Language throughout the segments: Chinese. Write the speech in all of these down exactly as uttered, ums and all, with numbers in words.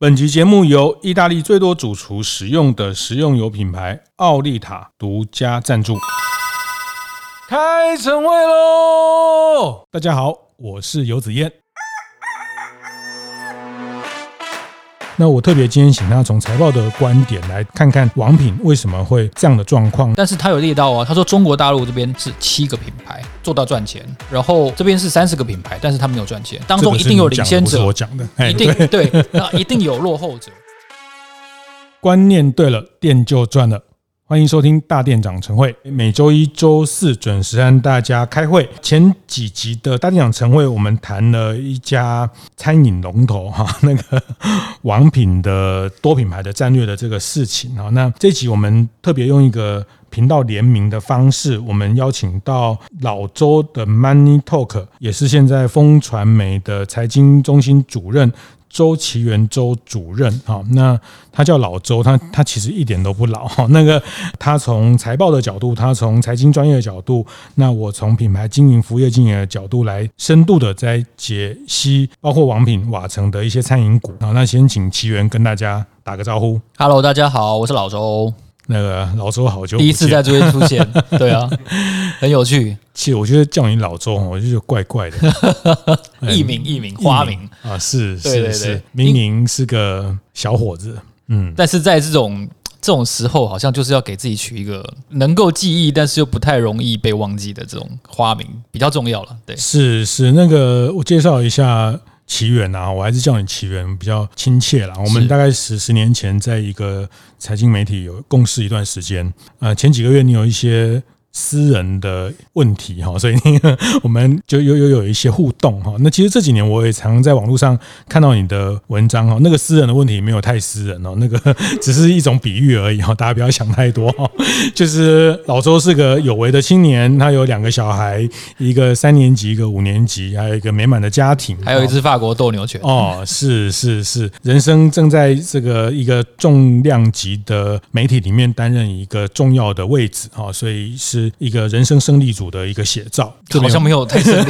本集节目由意大利最多主厨使用的食用油品牌奥利塔独家赞助。开晨会喽！大家好，我是游子燕。那我特别今天请他从财报的观点来看看王品为什么会这样的状况。 但是他有列到啊，他说中国大陆这边是七个品牌做到赚钱，然后这边是三十个品牌，但是他没有赚钱，当中一定有领先者， 这个是你讲的，不是我讲的， 一定 对, 对，那一定有落后者。 观念对了，店就赚了。欢迎收听大店长晨会，每周一、周四准时和大家开会。前几集的大店长晨会，我们谈了一家餐饮龙头哈，那个王品的多品牌的战略的这个事情哈。那这集我们特别用一个频道联名的方式，我们邀请到老周的 Money Talk， 也是现在风传媒的财经中心主任。周其元周主任，那他叫老周，他他其实一点都不老。那个他从财报的角度，他从财经专业的角度，那我从品牌经营、服务业经营的角度来深度的在解析，包括王品、瓦城的一些餐饮股。那先请其元跟大家打个招呼。 Hello， 大家好，我是老周。 那个老周好久不见， 第一次在这边出现，对啊，很有趣。 其实我觉得叫你老周，我就觉得怪怪的。 艺名、艺名、花名啊，是是对对对是，明明是个小伙子，嗯， 但是在这种这种时候，好像就是要给自己取一个能够记忆，但是又不太容易被忘记的这种花名，比较重要了。对， 是是，那个我介绍一下。奇缘啊，我还是叫你奇缘比较亲切啦。我们大概十十年前在一个财经媒体有共事一段时间，呃，前几个月你有一些私人的问题哈，所以我们就有有有一些互动哈。那其实这几年我也常在网络上看到你的文章哈，那个私人的问题没有太私人哦，那个只是一种比喻而已哈，大家不要想太多哈。就是老周是个有为的青年，他有两个小孩，一个三年级，一个五年级，还有一个美满的家庭， 还有一只法国斗牛犬哦，是是是，人生正在这个一个重量级的媒体里面担任一个重要的位置哈，所以是。一个人生胜利组的一个写照， 好像没有太胜利，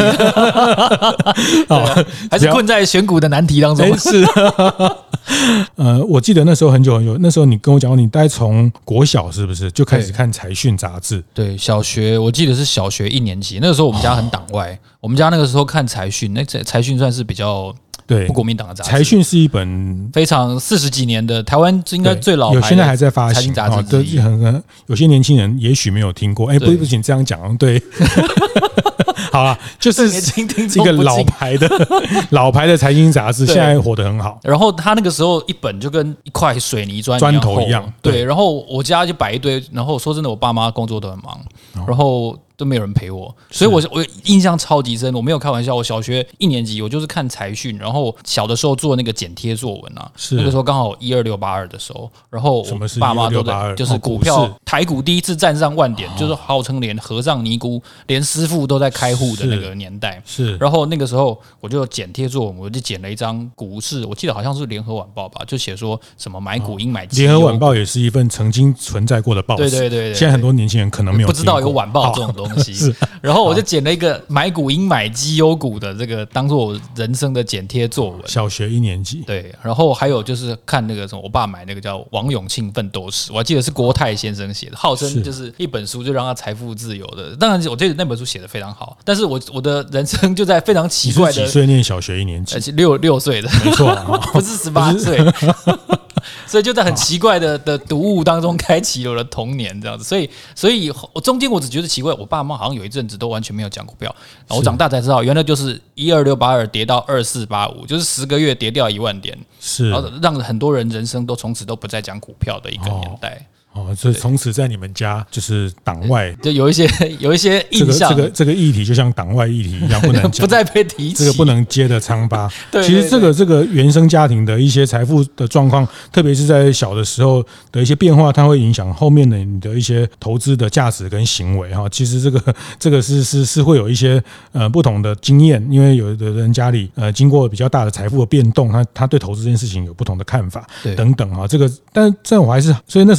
啊、还是困在选股的难题当中。 是，呃，我记得那时候很久很久，那时候你跟我讲，你大概从国小是不是就开始看财讯杂志？ 对，小学我记得是小学一年级，那个时候我们家很党外，哦、我们家那个时候看财讯，那财讯算是比较。 对， 不国民党的杂志， 财讯是一本非常四十几年的台湾应该最老牌的有现在还在发行财经杂志之一。 很有些年轻人也许没有听过，哎，不不行，这样讲对。好啦，就是一个老牌的老牌的财经杂志，现在活得很好。 然后他那个时候一本就跟一块水泥砖砖头一样， 对。然后我家就摆一堆，然后说真的，我爸妈工作都很忙，哦、然后。都没有人陪我，所以我我印象超级深。我没有开玩笑，我小学一年级我就是看财讯，然后小的时候做那个剪贴作文啊，那个时候刚好一二六八二的时候，然后我爸妈都在，就是股票、哦、台股第一次站上万点，哦、就是号称连和尚尼姑、连师傅都在开户的那个年代。 是， 然后那个时候我就剪贴作文，我就剪了一张股市，我记得好像是联合晚报吧，就写说什么买股应买绩优。 联合晚报也是一份曾经存在过的报纸， 对对 对, 对, 对， 现在很多年轻人可能没有不知道有晚报这种东西。是，然后我就剪了一个买股应买绩优股的这个当做我人生的剪贴作文。 小学一年级， 对，然后还有就是看那个什么，我爸买那个叫王永庆奋斗史，我还记得是郭泰先生写的，号称就是一本书就让他财富自由的。当然，我觉得那本书写的非常好，但是我我的人生就在非常奇怪的。 你是几岁念小学一年级？ 六六岁的， 没错， 不是十八岁。所以就在很奇怪的的读物当中开启了我的童年，这样子。所以，所以我中间我只觉得奇怪，我爸妈好像有一阵子都完全没有讲股票。然后我长大才知道，原来就是一二六八二跌到二四八五，就是十个月跌掉一万点， 是， 然后让很多人人生都从此都不再讲股票的一个年代。 哦，所以从此在你们家就是党外， 就有一些有一些印象， 这个这个这个议题就像党外议题一样，不能讲不再被提起， 这个不能接的疮疤。 对对对， 其实这个这个原生家庭的一些财富的状况，特别是在小的时候的一些变化，它会影响后面的你的一些投资的价值跟行为哈。其实这个这个是是是会有一些呃不同的经验，因为有的人家里呃经过比较大的财富的变动，他他对投资这件事情有不同的看法等等哈。这个，但但我还是所以那时候我对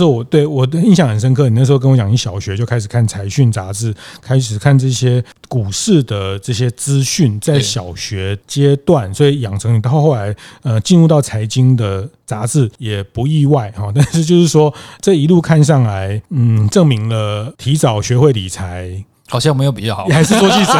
得我的印象很深刻，你那时候跟我讲，你小学就开始看财讯杂志，开始看这些股市的这些资讯，在小学阶段，所以养成你到后来呃进入到财经的杂志也不意外哈。但是就是说这一路看上来，嗯，证明了提早学会理财。 好像没有比较好， 你还是做记者，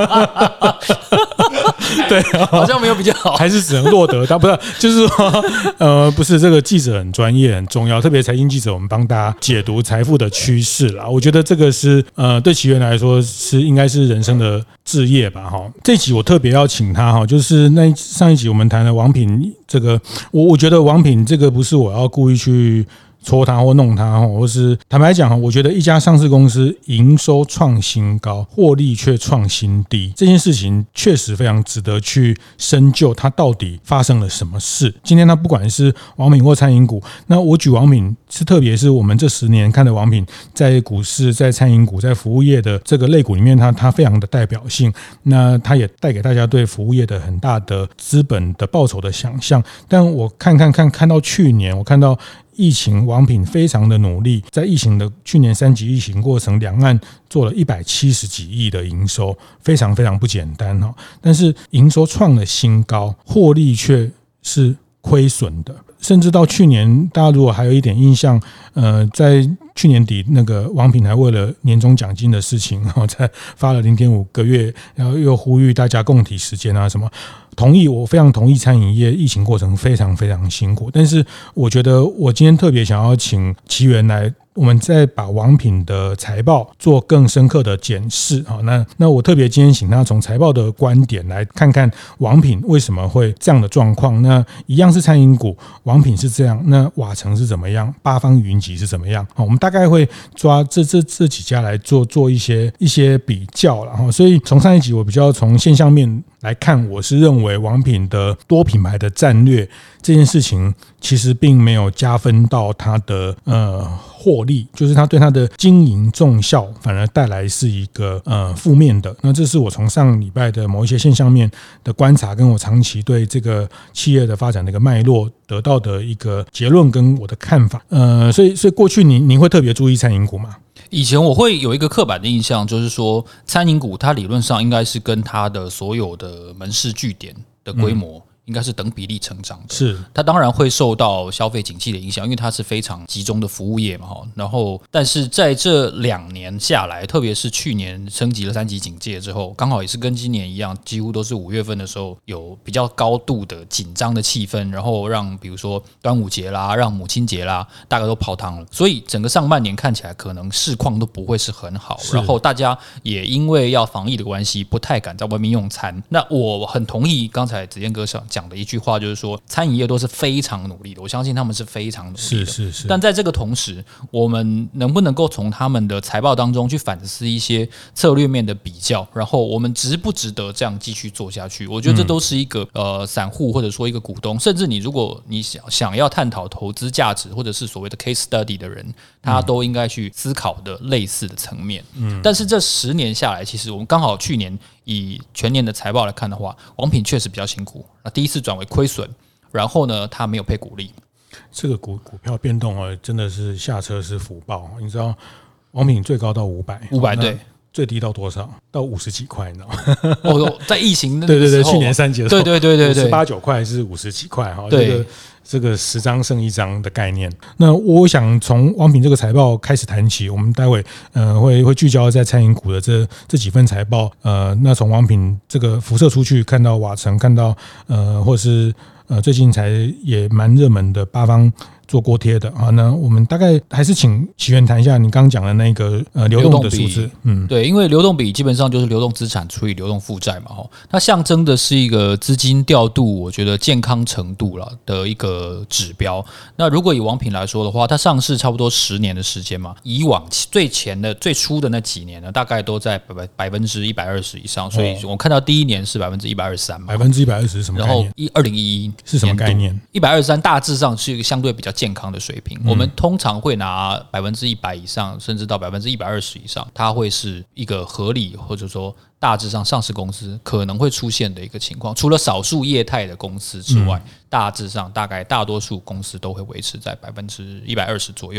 对、哦， 好像没有比较好， 还是只能落得到，不是，就是说，呃，不是这个记者很专业很重要，特别财经记者，我们帮大家解读财富的趋势啦。我觉得这个是呃，对奇源来说是应该是人生的志业吧，哈。这集我特别要请他哈，就是那上一集我们谈的王品这个，我我觉得王品这个不是我要故意去戳他或弄他，或是坦白讲，我觉得一家上市公司营收创新高，获利却创新低，这件事情确实非常值得去深究，它到底发生了什么事。今天它不管是王品或餐饮股，那我举王品是特别是我们这十年看的王品，在股市、在餐饮股、在服务业的这个类股里面，它它非常的代表性。那它也带给大家对服务业的很大的资本的报酬的想象。但我看看看看到去年，我看到疫情，王品非常的努力，在疫情的去年三级疫情过程，两岸做了一百七十几亿的营收，非常非常不简单哈。但是营收创了新高，获利却是亏损的。甚至到去年，大家如果还有一点印象，呃，在去年底那个王品还为了年终奖金的事情，然后才发了 零点五个月，然后又呼吁大家共体时间啊什么。同意，我非常同意餐饮业疫情过程非常非常辛苦，但是我觉得我今天特别想要请奇源来，我们再把王品的财报做更深刻的检视。那那我特别今天请他从财报的观点来看看王品为什么会这样的状况。那一样是餐饮股，王品是这样，那瓦城是怎么样，八方云集是怎么样？我们大概会抓这这这几家来做做一些一些比较了。所以从上一集我比较从现象面来看，我是认为王品的多品牌的战略这件事情，其实并没有加分到它的呃获利，就是它对它的经营重效反而带来是一个呃负面的。那这是我从上礼拜的某一些现象面的观察，跟我长期对这个企业的发展的一个脉络得到的一个结论跟我的看法。呃，所以所以过去您您会特别注意餐饮股吗？ 以前我会有一个刻板的印象，就是说餐饮股它理论上应该是跟它的所有的门市据点的规模、嗯应该是等比例成长的， 是它当然会受到消费景气的影响，因为它是非常集中的服务业嘛。然后，但是在这两年下来，特别是去年升级了三级警戒之后，刚好也是跟今年一样，几乎都是五月份的时候有比较高度的紧张的气氛，然后让比如说端午节啦、让母亲节啦，大概都泡汤了。所以整个上半年看起来可能市况都不会是很好，然后大家也因为要防疫的关系，不太敢在外面用餐。那我很同意刚才子健哥讲讲的一句话，就是说餐饮业都是非常努力的，我相信他们是非常努力的。 是是是。 但在这个同时，我们能不能够从他们的财报当中去反思一些策略面的比较，然后我们值不值得这样继续做下去？我觉得这都是一个呃散户或者说一个股东，甚至你如果你想想要探讨投资价值或者是所谓的 case study 的人，他都应该去思考的类似的层面。嗯。但是这十年下来，其实我们刚好去年以全年的财报来看的话，王品确实比较辛苦。那第一次转为亏损，然后呢，他没有配股利。 这个股股票变动哦，真的是下车是福报。你知道，王品最高到五百， 五百对。 最低到多少？到五十几块，你知道吗？ 哦，在疫情那对对对，去年三节的时候， 对对对对对， 十八九块是五十几块哈。这个这个十张剩一张的概念。那我想从王品这个财报开始谈起，我们待会呃会会聚焦在餐饮股的这这几份财报。呃，那从王品这个辐射出去，看到瓦城，看到呃或是呃最近才也蛮热门的八方做锅贴的啊，那我们大概还是请奇源谈一下你刚刚讲的那个呃流动的数字。 嗯，对，因为流动比基本上就是流动资产除以流动负债嘛，它象征的是一个资金调度，我觉得健康程度啦的一个指标。那如果以王品来说的话，它上市差不多十年的时间嘛，以往最前的最初的那几年呢，大概都在百百分之一百二十以上，所以我看到第一年是百分之一百二十三嘛， 百分之一百二十是什么概念？ 然后一二零一一是什么概念？ 一百二十三大致上是一个相对比较健康的水平。我们通常会拿百分之一百以上，甚至到百分之一百二十以上，它会是一个合理或者说大致上上市公司可能会出现的一个情况。除了少数业态的公司之外，嗯、大致上大概大多数公司都会维持在百分之一百二十左右。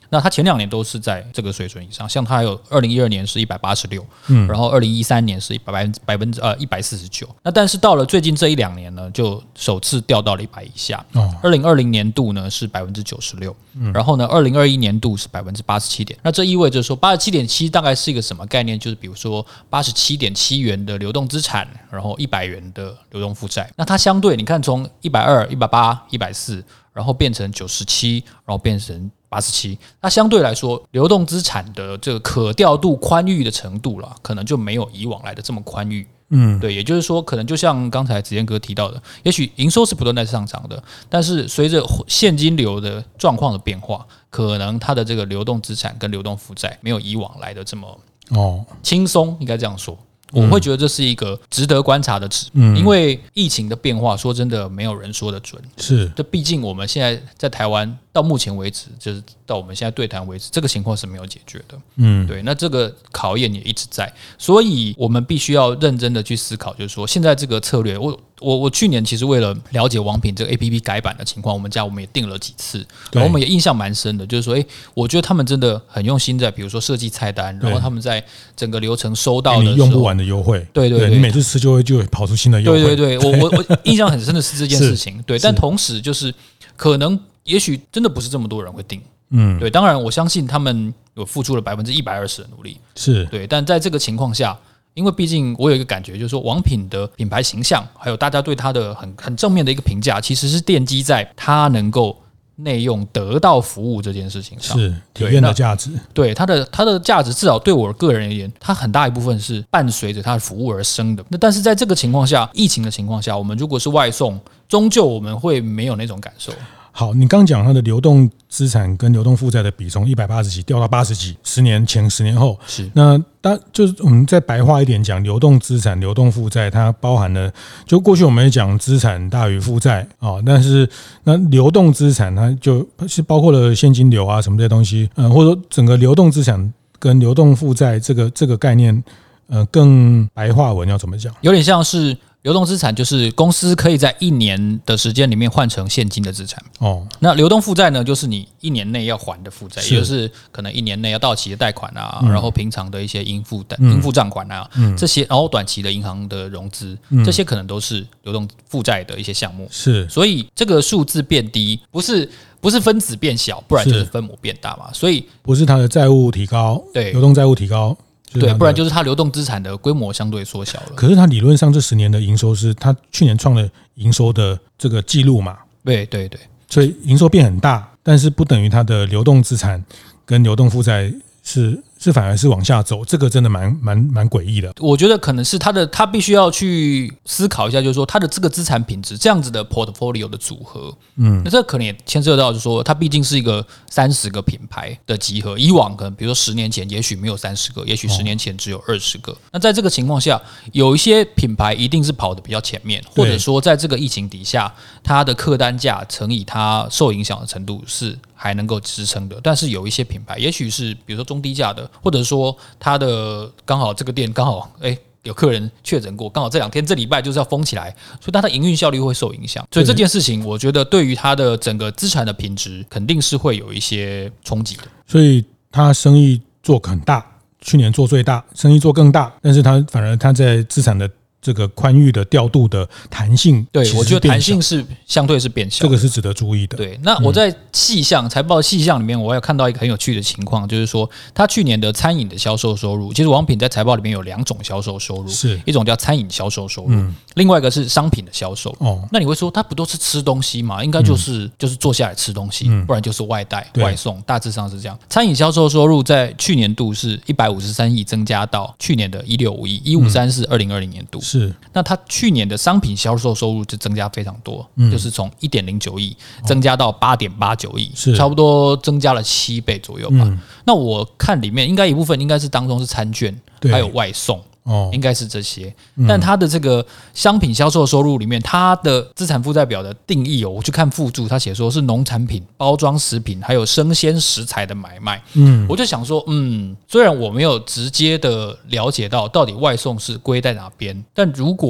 那它前两年都是在这个水准以上，像它有二零一二年是一百八十六，嗯，然后二零一三年是一百百分之呃一百四十九。那但是到了最近这一两年呢，就首次掉到了一百以下。二零二零年度呢是百分之九十六，然后呢二零二一年度是百分之八十七点。那这意味着说八十七点七大概是一个什么概念？就是比如说八十七点七元的流动资产，然后一百元的流动负债。那它相对你看从一百二、一百八、一百四，然后变成九十七，然后变成八十七，那相对来说，流动资产的这个可调度宽裕的程度啦，可能就没有以往来的这么宽裕。嗯，对，也就是说，可能就像刚才子健哥提到的，也许营收是不断在上涨的，但是随着现金流的状况的变化，可能它的这个流动资产跟流动负债没有以往来的这么哦轻松，应该这样说。我会觉得这是一个值得观察的值，嗯，因为疫情的变化，说真的，没有人说得准。 是， 这毕竟我们现在在台湾，到目前为止，就是到我们现在对谈为止，这个情况是没有解决的。嗯，对，那这个考验也一直在，所以我们必须要认真的去思考，就是说，现在这个策略，我我我去年其实为了了解王品这个 A P P 改版的情况，我们家我们也定了几次，然后我们也印象蛮深的，就是说，哎，我觉得他们真的很用心在，比如说设计菜单，然后他们在整个流程收到的时候， 你用不完的优惠， 对对 对, 对，你每次吃就会就会跑出新的优惠， 对对对，我我我印象很深的是这件事情，对，但同时就是可能也许真的不是这么多人会定，嗯，对，当然我相信他们有付出了百分之一百二十的努力， 是对， 但在这个情况下。因为毕竟我有一个感觉，就是说王品的品牌形象，还有大家对它的很很正面的一个评价，其实是奠基在它能够内用得到服务这件事情上， 是体验的价值。 对它的它的价值，至少对我个人而言，它很大一部分是伴随着它的服务而生的。那但是在这个情况下，疫情的情况下，我们如果是外送，终究我们会没有那种感受。 好，你刚讲它的流动资产跟流动负债的比从一百八十几掉到八十几，十年前、十年后是那当就是我们再白话一点讲，流动资产、流动负债，它包含了就过去我们也讲资产大于负债啊，但是那流动资产它就是包括了现金流啊什么这些东西，嗯，或者说整个流动资产跟流动负债这个这个概念，呃，更白话文要怎么讲？ 有点像是。流动资产就是公司可以在一年的时间里面换成现金的资产。哦，那流动负债呢，就是你一年内要还的负债，也就是可能一年内要到期的贷款啊，嗯、然后平常的一些应付应付账款啊，嗯、这些，然后短期的银行的融资，嗯、这些可能都是流动负债的一些项目。 是， 所以这个数字变低，不是不是分子变小，不然就是分母变大嘛。所以不是它的债务提高， 对， 流动债务提高。 对，不然就是它流动资产的规模相对缩小了。 可是它理论上这十年的营收是它去年创了营收的这个记录嘛？ 对对对， 所以营收变很大，但是不等于它的流动资产跟流动负债是是反而是往下走，这个真的蛮蛮蛮诡异的。 我觉得可能是他的他必须要去思考一下，就是说他的这个资产品质这样子的 portfolio 的组合，嗯，那这可能也牵涉到，就是说它毕竟是一个三十个品牌的集合，以往可能比如说十年前也许没有三十个，也许十年前只有二十个。哦、那在这个情况下，有一些品牌一定是跑得比较前面，或者说在这个疫情底下，它的客单价乘以它受影响的程度是还能够支撑的。但是有一些品牌，也许是比如说中低价的。或者说，他的刚好这个店刚好哎有客人确诊过，刚好这两天这礼拜就是要封起来，所以它的营运效率会受影响。所以这件事情，我觉得对于它的整个资产的品质，肯定是会有一些冲击的。 所以他生意做很大，去年做最大，生意做更大，但是他反而他在资产的这个宽裕的调度的弹性， 对，我觉得弹性是相对是变小， 这个是值得注意的。 对，那我在细项、嗯、财报细项里面，我还有看到一个很有趣的情况，就是说，它去年的餐饮的销售收入，其实王品在财报里面有两种销售收入， 是一种叫餐饮销售收入，嗯、另外一个是商品的销售。哦，那你会说，它不都是吃东西吗？应该就是、嗯、就是坐下来吃东西，嗯、不然就是外带、外送，大致上是这样。餐饮销售收入在去年度是一百五十三亿，增加到去年的一百六十五亿，一百五十三是二零二零年度。 是， 那它去年的商品销售收入就增加非常多，嗯、就是从一点零九亿增加到八点八九亿，差不多增加了七倍左右吧。嗯、那我看里面应该一部分应该是当中是餐券，还有外送。哦，应该是这些，但它的这个商品销售收入里面，它的资产负债表的定义哦，我去看附注，它写说是农产品、包装食品还有生鲜食材的买卖。嗯，我就想说，嗯，虽然我没有直接的了解到到底外送是归在哪边，但如果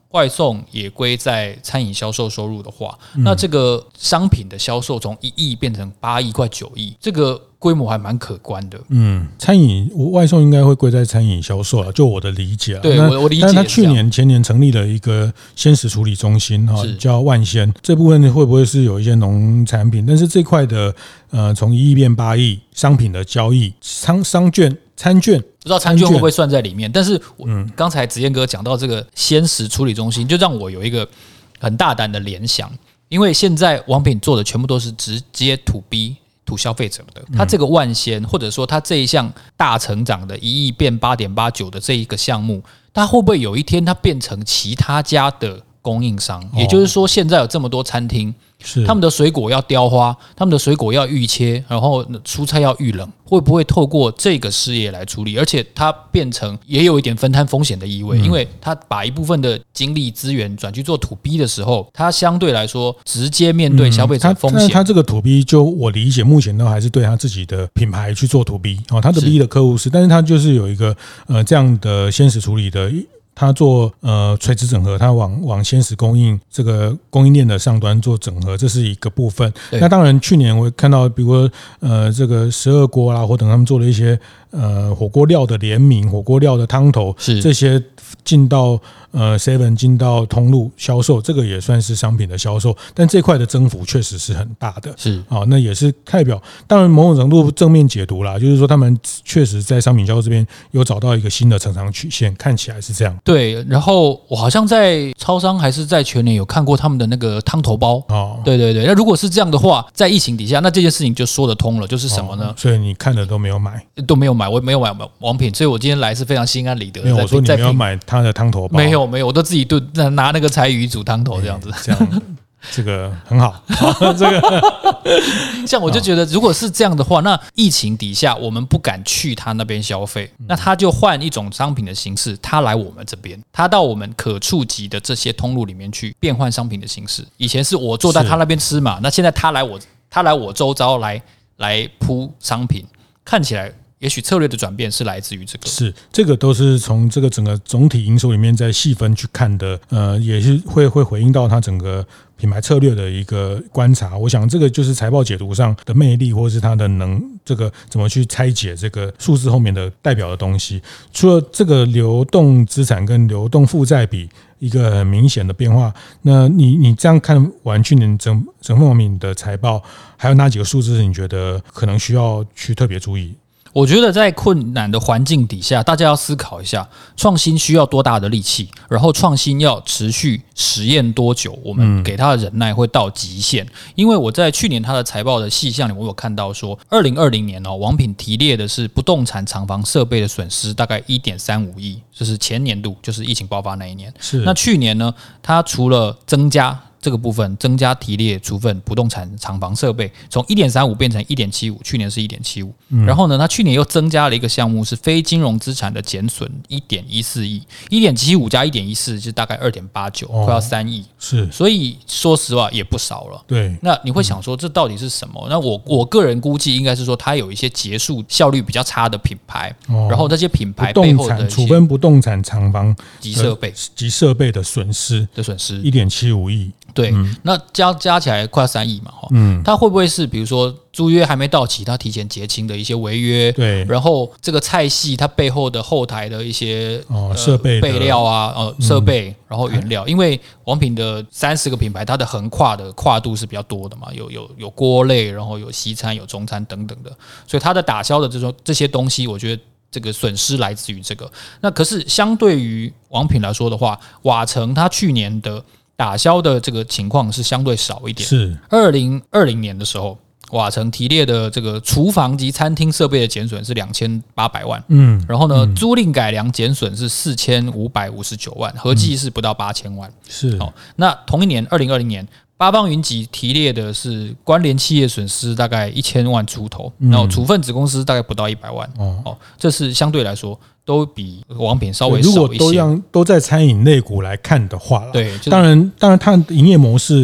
外送也归在餐饮销售收入的话，嗯、那这个商品的销售从一亿变成八亿，快九亿，这个规模还蛮可观的。 嗯，餐饮外送应该会归在餐饮销售了，就我的理解。 对，我我理解。 但他去年前年成立了一个鲜食处理中心哈，叫万鲜，这部分会不会是有一些农产品？但是这块的呃，从一亿变八亿商品的交易，商商券。餐券不知道餐券会不会算在里面，但是刚才子燕哥讲到这个鲜食处理中心，就让我有一个很大胆的联想，因为现在王品做的全部都是直接 to B to 消费者的，他这个万鲜或者说他这一项大成长的一亿变 八点八九 的这一个项目，他会不会有一天它变成其他家的供应商？也就是说，现在有这么多餐厅。是他们的水果要雕花，他们的水果要预切，然后蔬菜要预冷，会不会透过这个事业来处理？而且它变成也有一点分摊风险的意味，嗯、因为它把一部分的精力资源转去做 to B 的时候，它相对来说直接面对消费者风险。嗯、 它这个 to B 就我理解，目前都还是对他自己的品牌去做 to B 哦，他的 B 的客户是，但是他就是有一个呃这样的鲜食处理的。他做呃垂直整合，他往往鲜食供应这个供应链的上端做整合，这是一个部分。那当然，去年我看到，比如说呃这个十二锅啦，或等他们做了一些呃火锅料的联名、火锅料的汤头，这些进到呃 seven 进到通路销售，这个也算是商品的销售。但这块的增幅确实是很大的， 是啊、哦，那也是代表，当然某种程度正面解读啦，就是说他们确实在商品销售这边有找到一个新的成长曲线，看起来是这样。 对，然后我好像在超商还是在全联有看过他们的那个汤头包哦，对对对。那如果是这样的话，在疫情底下，那这件事情就说得通了，就是什么呢？ 哦、所以你看的都没有买， 都没有买，我没有买王品，所以我今天来是非常心安理得的。 没有，我说你没有买他的汤头包， 没有没有，我都自己炖，拿那个柴鱼煮汤头这样子， 欸、这样。这个很好，这个像我就觉得，如果是这样的话，那疫情底下我们不敢去他那边消费，那他就换一种商品的形式，他来我们这边，他到我们可触及的这些通路里面去变换商品的形式。以前是我坐在他那边吃嘛，那现在他来我他来我周遭来来铺商品，看起来。也许策略的转变是来自于这个， 是这个都是从这个整个总体营收里面再细分去看的，呃，也是会会回应到它整个品牌策略的一个观察。我想这个就是财报解读上的魅力，或是它的能这个怎么去拆解这个数字后面的代表的东西。除了这个流动资产跟流动负债比一个很明显的变化，那你你这样看完去年整整份王品的财报，还有哪几个数字你觉得可能需要去特别注意？ 我觉得在困难的环境底下，大家要思考一下，创新需要多大的力气，然后创新要持续实验多久，我们给他的忍耐会到极限。因为我在去年他的财报的细项里，我有看到说，二零二零年哦，王品提列的是不动产厂房设备的损失大概一点三五亿，就是前年度，就是疫情爆发那一年。是那去年呢，他除了增加这个部分增加提列处分不动产厂房设备，从 一点三五 变成 一点七五， 去年是 一点七五、嗯、然后呢，他去年又增加了一个项目是非金融资产的减损 一点一四亿， 一点七五 加 一点一四 就大概 二点八九、哦、快要三亿，是，所以说实话也不少了。对，那你会想说这到底是什么？那我我个人估计应该是说它有一些结束效率比较差的品牌，哦、然后这些品牌背后的处分不动产厂房及设备及设备的损失的损失一点七五亿。 对、嗯，那加加起来快三亿嘛，嗯，它会不会是比如说租约还没到期，它提前结清的一些违约？对，然后这个菜系它背后的后台的一些哦设备、呃、 备料啊，呃设备，然后原料，因为王品的三十个品牌，它的横跨的跨度是比较多的嘛，有有有锅类，然后有西餐、有中餐等等的，所以它的打销的这种这些东西，我觉得。这个损失来自于这个，那可是相对于王品来说的话，瓦城它去年的打销的这个情况是相对少一点。是二零二零年的时候，瓦城提列的这个厨房及餐厅设备的减损是两千八百万，嗯，然后呢，嗯、租赁改良减损是四千五百五十九万，合计是不到八千万。是哦，那同一年二零二零年。八方云集提列的是关联企业损失大概一千万出头，然后处分子公司大概不到一百万，哦，哦，这是相对来说都比王品稍微少一些。如果都让都在餐饮类股来看的话， 对， 当然当然它的营业模式。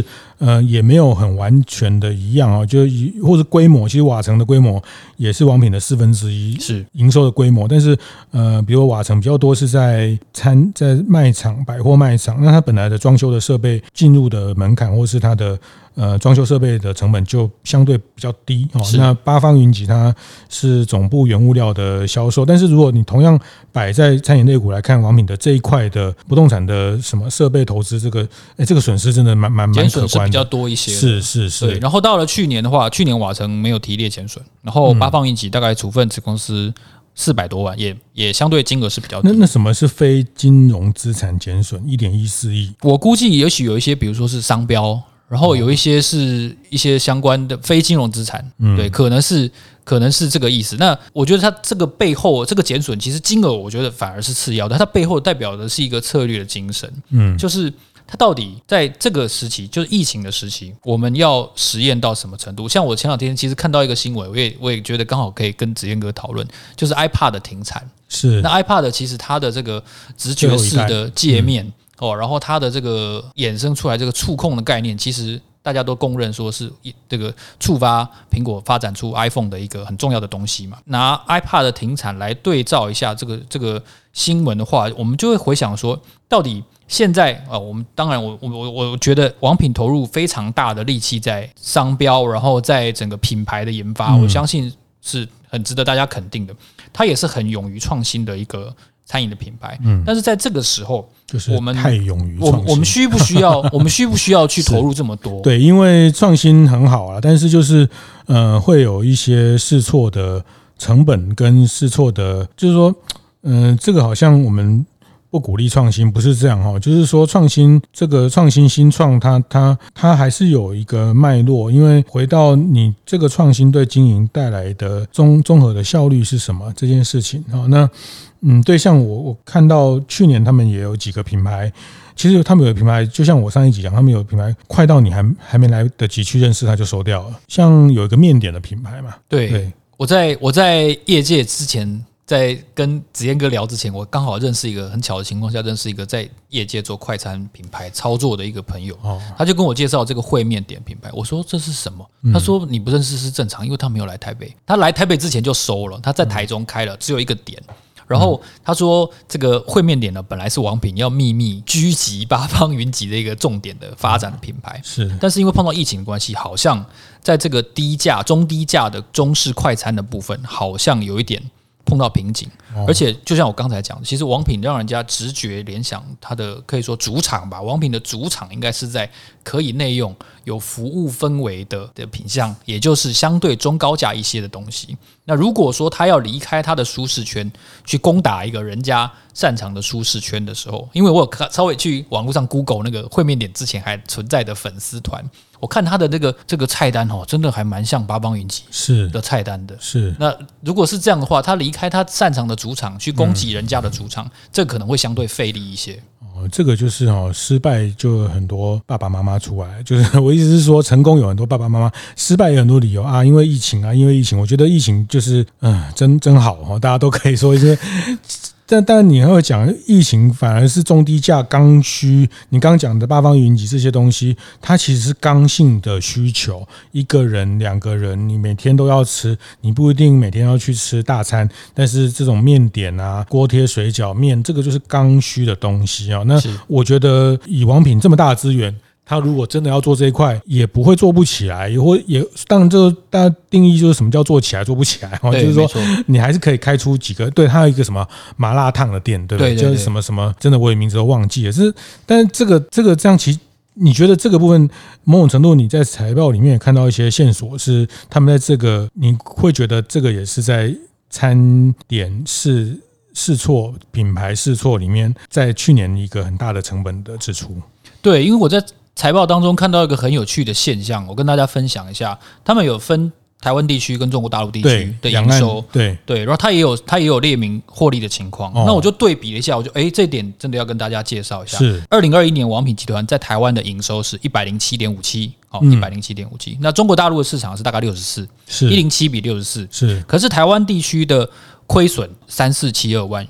呃也没有很完全的一样哦，就或者规模，其实瓦城的规模也是王品的四分之一是营收的规模，但是呃，比如瓦城比较多是在餐在卖场、百货卖场，那它本来的装修的设备进入的门槛或是它的呃装修设备的成本就相对比较低哦。那八方云集它是总部原物料的销售，但是如果你同样摆在餐饮类股来看，王品的这一块的不动产的什么设备投资，这个哎这个损失真的蛮蛮蛮可观的， 减损是比较多一些， 是是是。 对，然后到了去年的话，去年瓦城没有提列减损，然后八方云集大概处分子公司四百多万，也也相对金额是比较低。 那那什么是非金融资产减损？一点一四亿， 我估计也许有一些，比如说是商标，然后有一些是一些相关的非金融资产，嗯、对，可能是可能是这个意思。那我觉得它这个背后这个减损，其实金额我觉得反而是次要的，它背后代表的是一个策略的精神，嗯，就是它到底在这个时期，就是疫情的时期，我们要实验到什么程度？像我前两天其实看到一个新闻，我也我也觉得刚好可以跟子燕哥讨论，就是 iPad 的停产。 是， 那 iPad 其实它的这个直觉式的界面、嗯、哦，然后它的这个衍生出来这个触控的概念，其实大家都公认说是这个触发苹果发展出 iPhone 的一个很重要的东西嘛。拿 iPad 的停产来对照一下这个这个新闻的话，我们就会回想说，到底现在啊，我们当然我我我觉得王品投入非常大的力气在商标，然后在整个品牌的研发，嗯、我相信是很值得大家肯定的。它也是很勇于创新的一个餐饮的品牌，嗯，但是在这个时候， 就是我们太勇于创新， 我们需不需要？我们需不需要去投入这么多？ 对，因为创新很好啊，但是就是呃，会有一些试错的成本跟试错的，就是说，嗯、呃，这个好像我们不鼓励创新，不是这样哈，就是说创新这个创新新创它，它它它还是有一个脉络，因为回到你这个创新对经营带来的综综合的效率是什么这件事情啊，那。嗯，对，像我我看到去年他们也有几个品牌，其实他们有的品牌，就像我上一集讲，他们有品牌快到你还还没来得及去认识，它就收掉了。像有一个面点的品牌嘛， 对，对我在我在业界之前，在跟子燕哥聊之前，我刚好认识一个很巧的情况下，认识一个在业界做快餐品牌操作的一个朋友，哦、他就跟我介绍这个烩面点品牌。我说这是什么？嗯、他说你不认识是正常，因为他没有来台北，他来台北之前就收了，他在台中开了，只有一个点。然后他说，这个烩面点呢，本来是王品要秘密狙击八方云集的一个重点的发展的品牌， 是， 但是因为碰到疫情的关系，好像在这个低价、中低价的中式快餐的部分，好像有一点碰到瓶颈。而且就像我刚才讲的，其实王品让人家直觉联想它的可以说主场吧，王品的主场应该是在可以内用、有服务氛围的的品项，也就是相对中高价一些的东西。那如果说他要离开他的舒适圈，去攻打一个人家擅长的舒适圈的时候，因为我有稍微去网络上 Google 那个烩面点之前还存在的粉丝团，我看他的那个这个菜单哦，真的还蛮像八方云集的菜单的。 是， 那如果是这样的话，他离开他擅长的主场去攻击人家的主场，嗯、这可能会相对费力一些。 哦，这个就是哦，失败就有很多爸爸妈妈出来，就是我意思是说，成功有很多爸爸妈妈，失败有很多理由啊，因为疫情啊，因为疫情，我觉得疫情就是嗯，真真好哦，大家都可以说一些。但但你还会讲疫情反而是中低价刚需，你刚刚讲的八方云集这些东西，它其实是刚性的需求，一个人两个人你每天都要吃，你不一定每天要去吃大餐，但是这种面点啊、锅贴、水饺、面，这个就是刚需的东西啊。那我觉得以王品这么大的资源，他如果真的要做这一块，也不会做不起来，也会也当然，这个大家定义就是什么叫做起来做不起来，就是说你还是可以开出几个。对，他有一个什么麻辣烫的店，对不对？就是什么什么，真的我也名字都忘记了。是，但是这个这个这样，其实你觉得这个部分某种程度你在财报里面也看到一些线索，是他们在这个你会觉得这个也是在餐点试试错、品牌试错里面，在去年一个很大的成本的支出。 对，因为我在财报当中看到一个很有趣的现象，我跟大家分享一下。他们有分台湾地区跟中国大陆地区的营收， 对对，然后它也有它也有列明获利的情况。哦、那我就对比了一下，我就哎，这点真的要跟大家介绍一下。 是二零二一年王品集团在台湾的营收是一百零七点五七，好，一百零七点五七。那中国大陆的市场是大概六十四， 是一零七比六十四， 是。 可是台湾地区的亏损三四七二万元。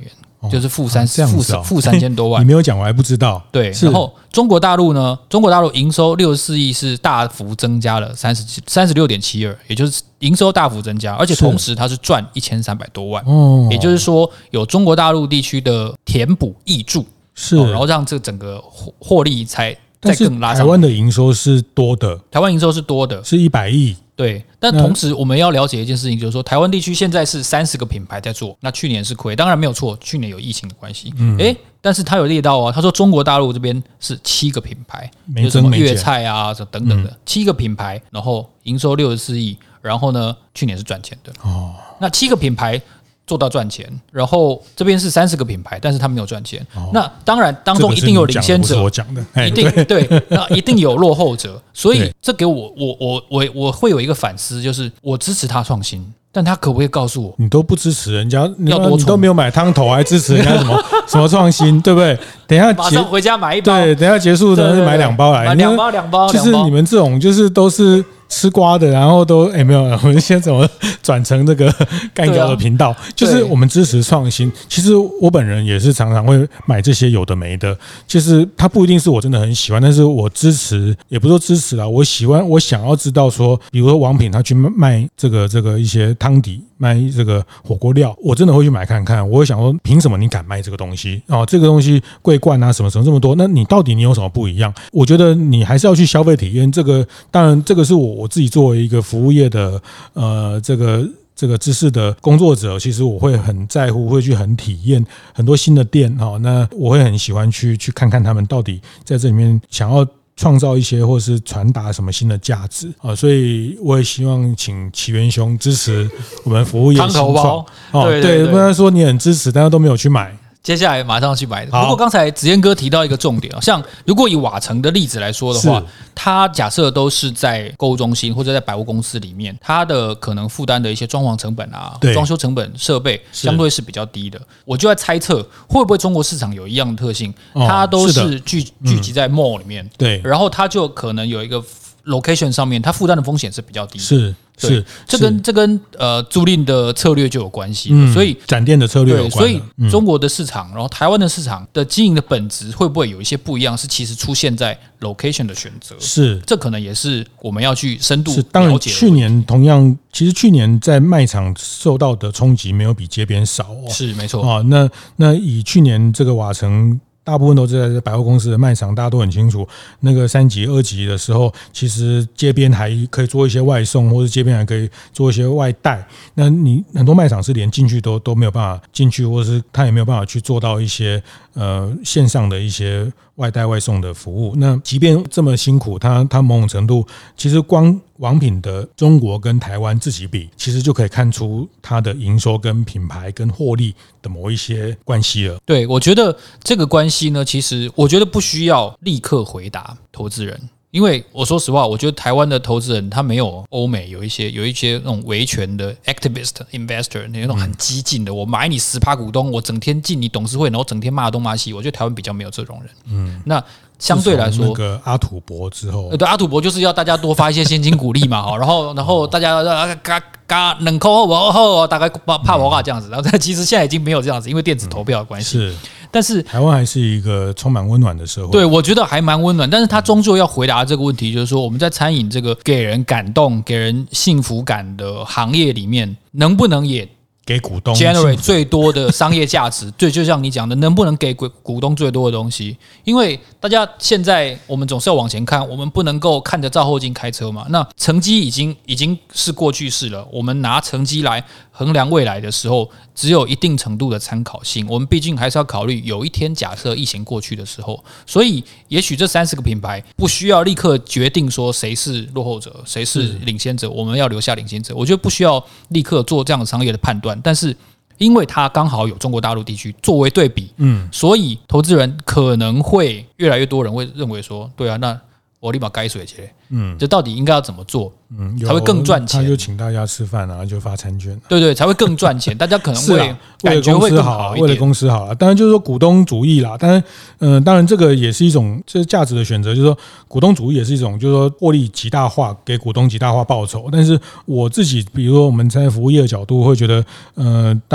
就是负三哦、 负负三千多万。 你没有讲，我还不知道。 对，然后中国大陆呢？中国大陆营收六十四亿是大幅增加了三十三十六点七二，也就是营收大幅增加，而且同时它是赚一千三百多万。哦，也就是说有中国大陆地区的填补挹注，是、哦，然后让这整个获利才再更拉上来。 台湾的营收是多的， 台湾营收是多的， 是一百亿。 对，但同时我们要了解一件事情，就是说台湾地区现在是三十个品牌在做，那去年是亏，当然没有错，去年有疫情的关系，嗯，诶，但是他有列到啊，他说中国大陆这边是七个品牌， 没什么粤菜啊等等的、嗯、七个品牌，然后营收六十四亿，然后呢去年是赚钱的哦，那七个品牌做到赚钱，然后这边是三十个品牌，但是他没有赚钱。哦、那当然当中一定有领先者， 这个、我讲的， 一定 对, 对，那一定有落后者。所以这给我我我我我会有一个反思，就是我支持他创新，但他可不可以告诉我， 你都不支持人家，你要多你都没有买汤头，还支持人家什么什么创新，对不对？等一下马上回家买一包， 对，等一下结束的买两包来， 买两包两包， 就是你们这种就是都是。吃瓜的，然后都哎、欸、没有，我们现在怎么转成这个干掉的频道？啊、就是我们支持创新。其实我本人也是常常会买这些有的没的，就是它不一定是我真的很喜欢，但是我支持，也不是说支持啦，我喜欢，我想要知道说，比如说王品他去卖这个这个一些汤底，卖这个火锅料，我真的会去买看看。我会想说，凭什么你敢卖这个东西？哦，这个东西桂冠啊，什么什么这么多，那你到底你有什么不一样？我觉得你还是要去消费体验。这个当然，这个是我。我自己作为一个服务业的呃这个这个知识的工作者，其实我会很在乎，会去很体验很多新的店哈。那我会很喜欢去去看看他们到底在这里面想要创造一些或是传达什么新的价值啊。所以我也希望请奇源兄支持我们服务业新创。 汤头包， 哦，对对对，不然说你很支持，但是都没有去买。 接下来马上去买的。不过刚才子燕哥提到一个重点，像如果以瓦城的例子来说的话，它假设都是在购物中心或者在百货公司里面，它的可能负担的一些装潢成本啊、装修成本、设备相对是比较低的。我就在猜测，会不会中国市场有一样的特性，它都是聚聚集在 mall 里面，对，然后它就可能有一个 location 上面，它负担的风险是比较低的。是。是，这跟这跟呃租赁的策略就有关系、嗯，所以展店的策略有关。 所以中国的市场，然后台湾的市场的经营的本质会不会有一些不一样？是其实出现在 location 的选择，是这可能也是我们要去深度了解的。 当然，去年同样，其实去年在卖场受到的冲击没有比街边少哦， 是没错啊。那那以去年这个瓦城。大部分都是在百货公司的卖场，大家都很清楚。那个三级、二级的时候，其实街边还可以做一些外送，或者街边还可以做一些外带。那你很多卖场是连进去都都没有办法进去，或者是他也没有办法去做到一些呃线上的一些外带外送的服务。那即便这么辛苦，它它某种程度，其实光王品的中国跟台湾自己比，其实就可以看出它的营收跟品牌跟获利的某一些关系了。 对，我觉得这个关系呢，其实我觉得不需要立刻回答投资人。因为我说实话，我觉得台湾的投资人他没有欧美有一些有一些那种维权的 activist investor 那种很激进的，我买你十趴股东，我整天进你董事会，然后整天骂东骂西。我觉得台湾比较没有这种人。嗯，那相对来说， 那个阿土伯之后， 对阿土伯就是要大家多发一些现金股利嘛，哈，然后然后大家嘎嘎冷扣我后大概怕我话这样子，然后其实现在已经没有这样子，因为电子投票的关系。是。但是台湾还是一个充满温暖的社会， 对，我觉得还蛮温暖。但是他终究要回答这个问题，就是说我们在餐饮这个给人感动、给人幸福感的行业里面，能不能也给股东 generate 最多的商业价值？对，就像你讲的，能不能给股东最多的东西？因为大家现在我们总是要往前看，我们不能够看着照后镜开车嘛。那成绩已经已经是过去式了，我们拿成绩来衡量未来的时候，只有一定程度的参考性。我们毕竟还是要考虑，有一天假设疫情过去的时候，所以也许这三十个品牌不需要立刻决定说谁是落后者，谁是领先者，我们要留下领先者。我觉得不需要立刻做这样的商业的判断。但是因为它刚好有中国大陆地区作为对比，嗯，所以投资人可能会越来越多人会认为说，对啊，那我立马该水节，嗯，这到底应该要怎么做，嗯，才会更赚钱？ 他就请大家吃饭啊，就发餐券， 对对，才会更赚钱。大家可能会感觉会更好一点， 为了公司好了。当然就是说股东主义啦，当然，嗯、呃，当然这个也是一种这是价值的选择，就是说股东主义也是一种，就是说获利极大化，给股东极大化报酬。但是我自己，比如说我们在服务业的角度，会觉得，呃，当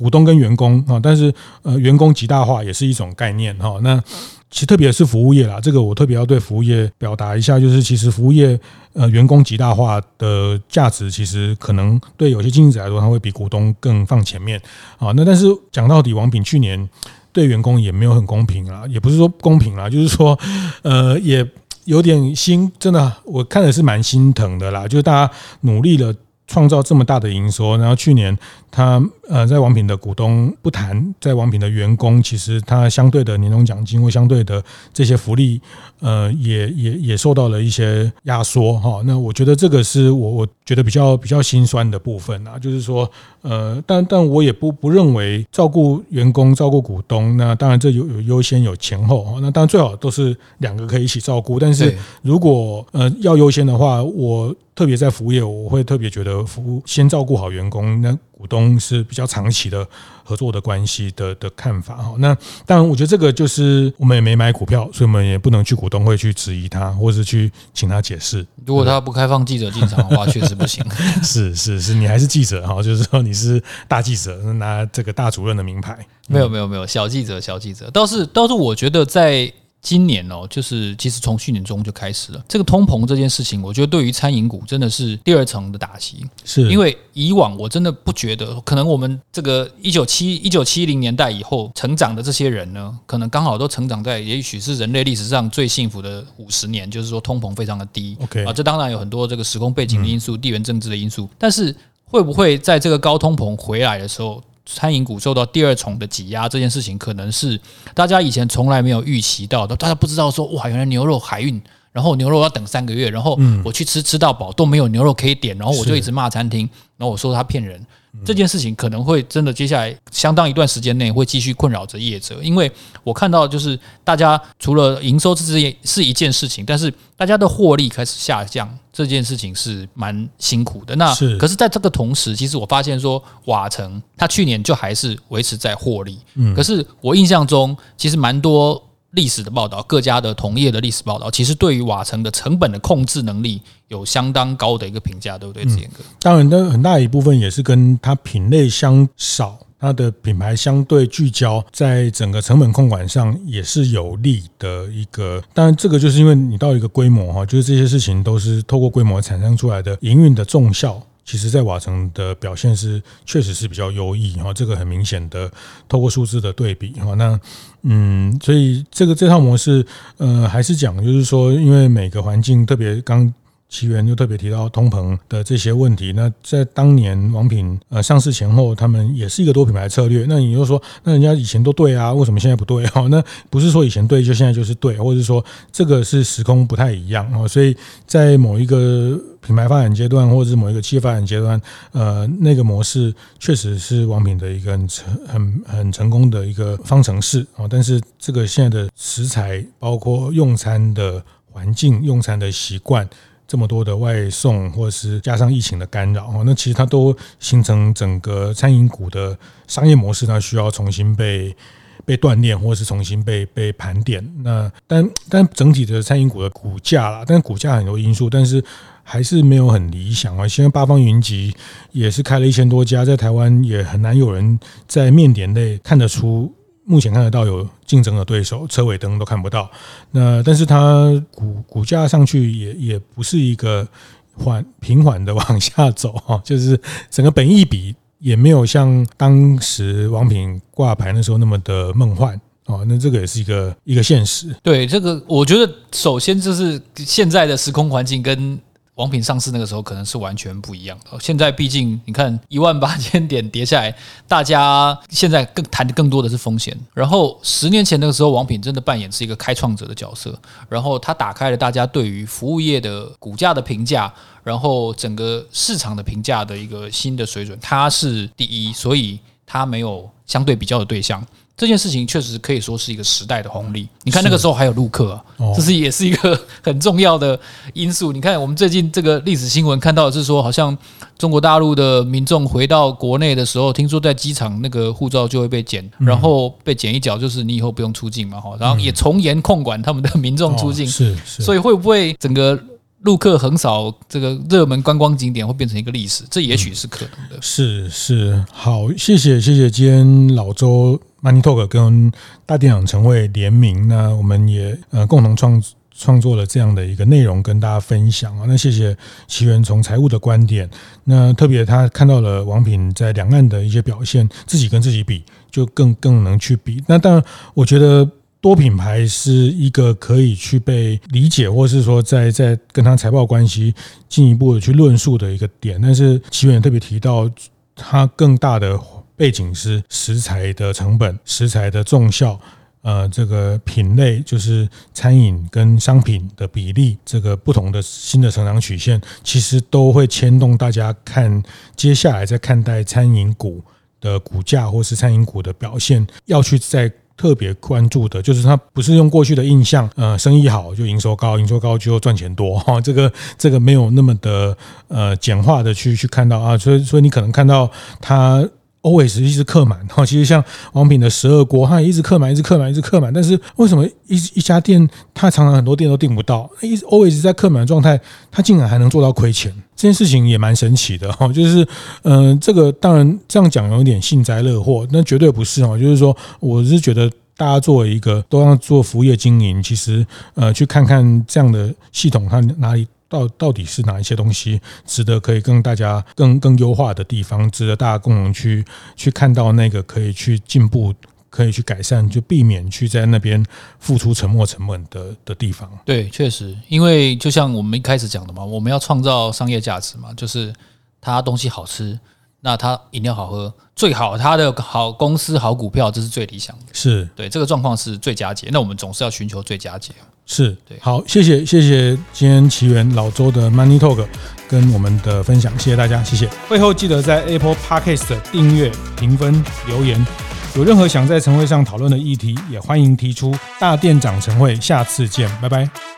股东跟员工啊，但是呃员工极大化也是一种概念哈。那其实特别是服务业啦，这个我特别要对服务业表达一下，就是其实服务业呃员工极大化的价值，其实可能对有些经营者来说，它会比股东更放前面啊。那但是讲到底，王品去年对员工也没有很公平啦，也不是说公平啦，就是说呃也有点心，真的我看的是蛮心疼的啦，就是大家努力了。创造这么大的营收，然后去年他呃在王品的股东不谈，在王品的员工，其实他相对的年终奖金或相对的这些福利，呃也也也受到了一些压缩哈。那我觉得这个是我我觉得比较比较心酸的部分啊，就是说呃，但但我也不不认为照顾员工、照顾股东，那当然这有有优先有前后，那当然最好都是两个可以一起照顾，但是如果呃要优先的话，我特别在服务业，我会特别觉得服务先照顾好员工，那股东是比较长期的合作的关系的的看法哈。那当然，我觉得这个就是我们也没买股票，所以我们也不能去股东会去质疑他，或是去请他解释。 如果他不开放记者进场的话，确实不行。 是是是，你还是记者哈，就是说你是大记者，拿这个大主任的名牌。 没有没有没有，小记者小记者，倒是倒是我觉得在。今年哦，就是其实从去年中就开始了这个通膨这件事情，我觉得对于餐饮股真的是第二层的打击。 是因为以往我真的不觉得，可能我们这个一九七一九七零年代以后成长的这些人呢，可能刚好都成长在也许是人类历史上最幸福的五十年，就是说通膨非常的低。 OK 啊，这当然有很多这个时空背景的因素、嗯、地缘政治的因素，但是会不会在这个高通膨回来的时候？餐饮股受到第二重的挤压，这件事情可能是大家以前从来没有预期到的。大家不知道说，哇，原来牛肉海运，然后牛肉要等三个月，然后我去吃吃到饱都没有牛肉可以点，然后我就一直骂餐厅，然后我说他骗人。这件事情可能会真的接下来相当一段时间内会继续困扰着业者，因为我看到就是大家除了营收这是一件事情，但是大家的获利开始下降，这件事情是蛮辛苦的。那可是在这个同时，其实我发现说瓦城它去年就还是维持在获利，可是我印象中其实蛮多历史的报道，各家的同业的历史报道，其实对于瓦城的成本的控制能力有相当高的一个评价，对不对，志远哥？ 当然，但很大一部分也是跟它品类相少，它的品牌相对聚焦，在整个成本控管上也是有利的一个。当然，这个就是因为你到一个规模哈，就是这些事情都是透过规模产生出来的营运的重效。其实在瓦城的表现是确实是比较优异哈，这个很明显的透过数字的对比哈，那嗯，所以这个这套模式呃还是讲就是说，因为每个环境特别刚。奇源就特别提到通膨的这些问题，那在当年王品呃上市前后，他们也是一个多品牌策略。那你就说，那人家以前都对啊，为什么现在不对？那不是说以前对就现在就是对，或者是说这个是时空不太一样。所以在某一个品牌发展阶段，或者是某一个企业发展阶段，呃，那个模式确实是王品的一个很很很成功的一个方程式。但是这个现在的食材，包括用餐的环境、用餐的习惯。这么多的外送，或者是加上疫情的干扰，那其实它都形成整个餐饮股的商业模式，它需要重新被被锻炼，或者是重新被被盘点。那但但整体的餐饮股的股价啦，但股价很多因素，但是还是没有很理想啊。现在八方云集也是开了一千多家，在台湾也很难有人在面点类看得出。目前看得到有竞争的对手，车尾灯都看不到。那但是它股股价上去也也不是一个缓平缓的往下走哈，就是整个本益比也没有像当时王品挂牌那时候那么的梦幻。哦，那这个也是一个一个现实。 对，这个我觉得首先就是现在的时空环境跟。王品上市那个时候可能是完全不一样的。现在毕竟你看一万八千点跌下来，大家现在更谈的更多的是风险。然后十年前那个时候，王品真的扮演是一个开创者的角色，然后他打开了大家对于服务业的股价的评价，然后整个市场的评价的一个新的水准。他是第一，所以他没有相对比较的对象。这件事情确实可以说是一个时代的红利。你看那个时候还有陆客啊，这是也是一个很重要的因素。你看我们最近这个历史新闻看到的是说，好像中国大陆的民众回到国内的时候，听说在机场那个护照就会被检，然后被检一脚，就是你以后不用出境嘛，然后也从严控管他们的民众出境。 是是， 所以会不会整个陆客横扫这个热门观光景点会变成一个历史，这也许是可能的。 嗯、是是，好，谢谢谢谢，今天老周 Money Talk 跟大店长晨会联名，那我们也呃共同创创作了这样的一个内容跟大家分享啊。那谢谢奇源从财务的观点，那特别他看到了王品在两岸的一些表现，自己跟自己比，就更更能去比。那当然，我觉得多品牌是一个可以去被理解，或是说在在跟他财报关系进一步的去论述的一个点。但是奇源特别提到，他更大的背景是食材的成本、食材的重效。呃，这个品类就是餐饮跟商品的比例，这个不同的新的成长曲线，其实都会牵动大家看接下来在看待餐饮股的股价或是餐饮股的表现，要去在特别关注的，就是它不是用过去的印象，呃，生意好就营收高，营收高就赚钱多哈，这个这个没有那么的呃简化的去去看到啊，所以所以你可能看到它。always 一直客满，其实像王品的十二锅，它也一直客满，一直客满，一直客满。但是为什么一一家店，它常常很多店都订不到，一直 always 在客满的状态，它竟然还能做到亏钱？这件事情也蛮神奇的哈。就是，嗯、呃，这个当然这样讲有点幸灾乐祸，那绝对不是哈。就是说，我是觉得大家作为一个都要做服务业经营，其实呃，去看看这样的系统，它哪里。到到底是哪一些东西值得可以跟大家更更优化的地方，值得大家共同去去看到那个可以去进步、可以去改善，就避免去在那边付出沉没成本的的地方。 对，确实，因为就像我们一开始讲的嘛，我们要创造商业价值嘛，就是它东西好吃，那它饮料好喝，最好它的好公司好股票，这是最理想的。 是对这个状况是最佳解，那我们总是要寻求最佳解。 是，好，谢谢谢谢今天奇源老周的 Money Talk 跟我们的分享，谢谢大家，谢谢。会后记得在 Apple Podcast 订阅、评分、留言。有任何想在晨会上讨论的议题，也欢迎提出。大店长晨会，下次见，拜拜。